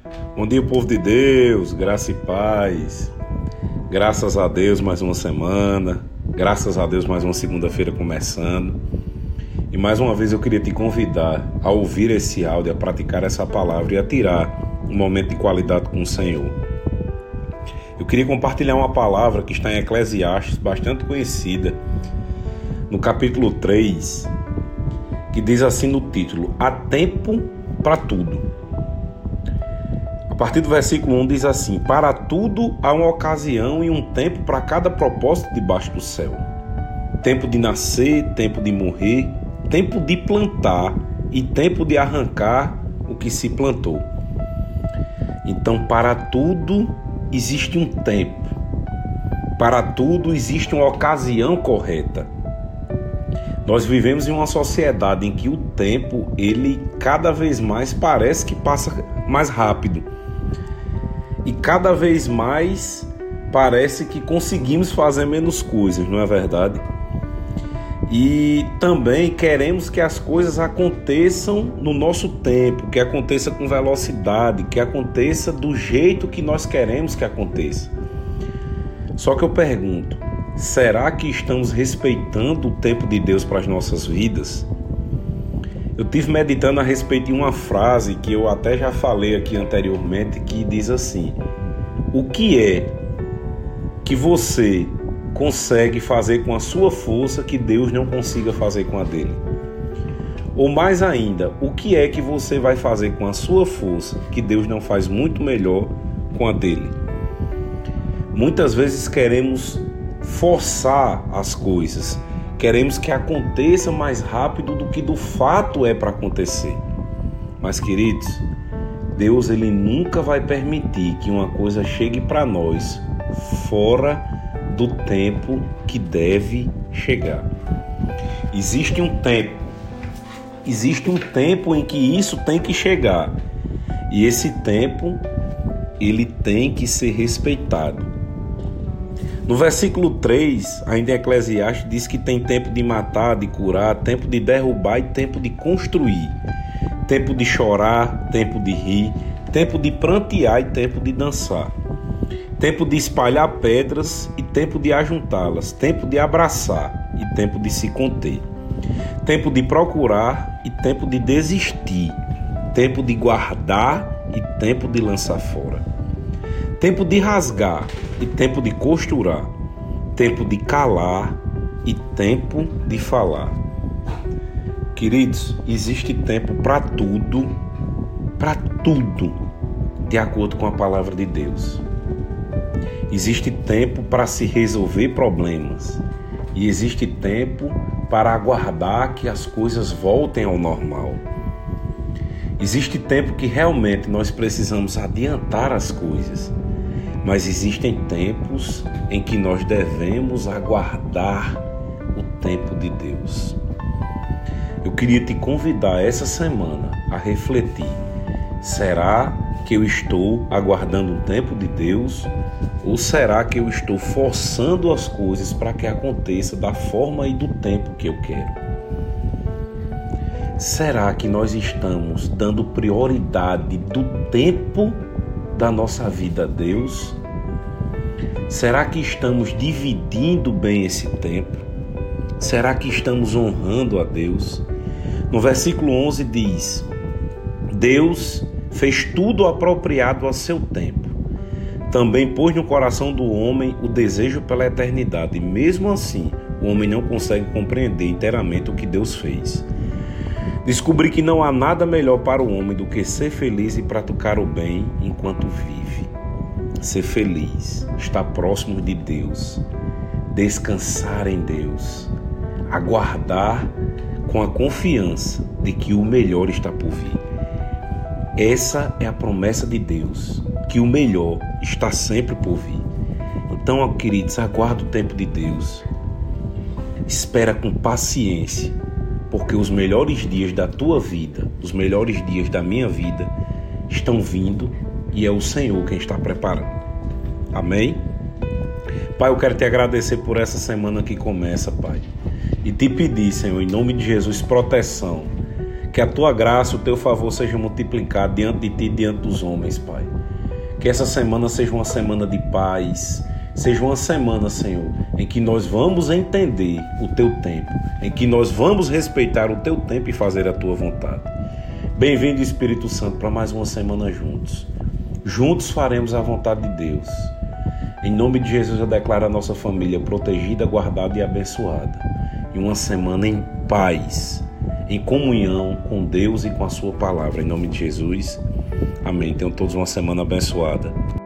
Bom dia, povo de Deus, graça e paz. Graças a Deus, mais uma semana. Graças a Deus, mais uma segunda-feira começando. E mais uma vez eu queria te convidar a ouvir esse áudio, a praticar essa palavra e a tirar um momento de qualidade com o Senhor. Eu queria compartilhar uma palavra que está em Eclesiastes, bastante conhecida, no capítulo 3, que diz assim no título: há tempo para tudo. A partir do versículo 1 diz assim: para tudo há uma ocasião e um tempo para cada propósito debaixo do céu. Tempo de nascer, tempo de morrer, tempo de plantar e tempo de arrancar o que se plantou. Então, para tudo existe um tempo. Para tudo existe uma ocasião correta. Nós vivemos em uma sociedade em que o tempo, ele cada vez mais parece que passa mais rápido. E cada vez mais parece que conseguimos fazer menos coisas, não é verdade? E também queremos que as coisas aconteçam no nosso tempo, que aconteça com velocidade, que aconteça do jeito que nós queremos que aconteça. Só que eu pergunto, será que estamos respeitando o tempo de Deus para as nossas vidas? Eu estive meditando a respeito de uma frase que eu até já falei aqui anteriormente, que diz assim: o que é que você consegue fazer com a sua força que Deus não consiga fazer com a dele? Ou mais ainda, o que é que você vai fazer com a sua força que Deus não faz muito melhor com a dele? Muitas vezes queremos forçar as coisas, queremos que aconteça mais rápido do que do fato é para acontecer. Mas, queridos, Deus ele nunca vai permitir que uma coisa chegue para nós fora do tempo que deve chegar. Existe um tempo em que isso tem que chegar. E esse tempo, ele tem que ser respeitado. No versículo 3, ainda em Eclesiastes, diz que tem tempo de matar, de curar, tempo de derrubar e tempo de construir. Tempo de chorar, tempo de rir, tempo de prantear e tempo de dançar. Tempo de espalhar pedras e tempo de ajuntá-las. Tempo de abraçar e tempo de se conter. Tempo de procurar e tempo de desistir. Tempo de guardar e tempo de lançar fora. Tempo de rasgar e tempo de costurar, tempo de calar e tempo de falar. Queridos, existe tempo para tudo, de acordo com a palavra de Deus. Existe tempo para se resolver problemas e existe tempo para aguardar que as coisas voltem ao normal. Existe tempo que realmente nós precisamos adiantar as coisas. Mas existem tempos em que nós devemos aguardar o tempo de Deus. Eu queria te convidar essa semana a refletir. Será que eu estou aguardando o tempo de Deus? Ou será que eu estou forçando as coisas para que aconteça da forma e do tempo que eu quero? Será que nós estamos dando prioridade do tempo da nossa vida a Deus? Será que estamos dividindo bem esse tempo? Será que estamos honrando a Deus? No versículo 11 diz: Deus fez tudo apropriado a seu tempo. Também pôs no coração do homem o desejo pela eternidade. E mesmo assim, o homem não consegue compreender inteiramente o que Deus fez. Descobri que não há nada melhor para o homem do que ser feliz e praticar o bem enquanto vive. Ser feliz, estar próximo de Deus, descansar em Deus, aguardar com a confiança de que o melhor está por vir. Essa é a promessa de Deus, que o melhor está sempre por vir. Então, queridos, aguarda o tempo de Deus. Espera com paciência, porque os melhores dias da tua vida, os melhores dias da minha vida estão vindo e é o Senhor quem está preparando. Amém? Pai, eu quero te agradecer por essa semana que começa, Pai, e te pedir, Senhor, em nome de Jesus, proteção. Que a tua graça, o teu favor seja multiplicado diante de ti, diante dos homens, Pai. Que essa semana seja uma semana de paz, seja uma semana, Senhor, em que nós vamos entender o teu tempo, em que nós vamos respeitar o teu tempo e fazer a tua vontade. Bem-vindo, Espírito Santo, para mais uma semana juntos. Juntos faremos a vontade de Deus. Em nome de Jesus, eu declaro a nossa família protegida, guardada e abençoada. E uma semana em paz, em comunhão com Deus e com a sua palavra. Em nome de Jesus, amém. Tenham todos uma semana abençoada.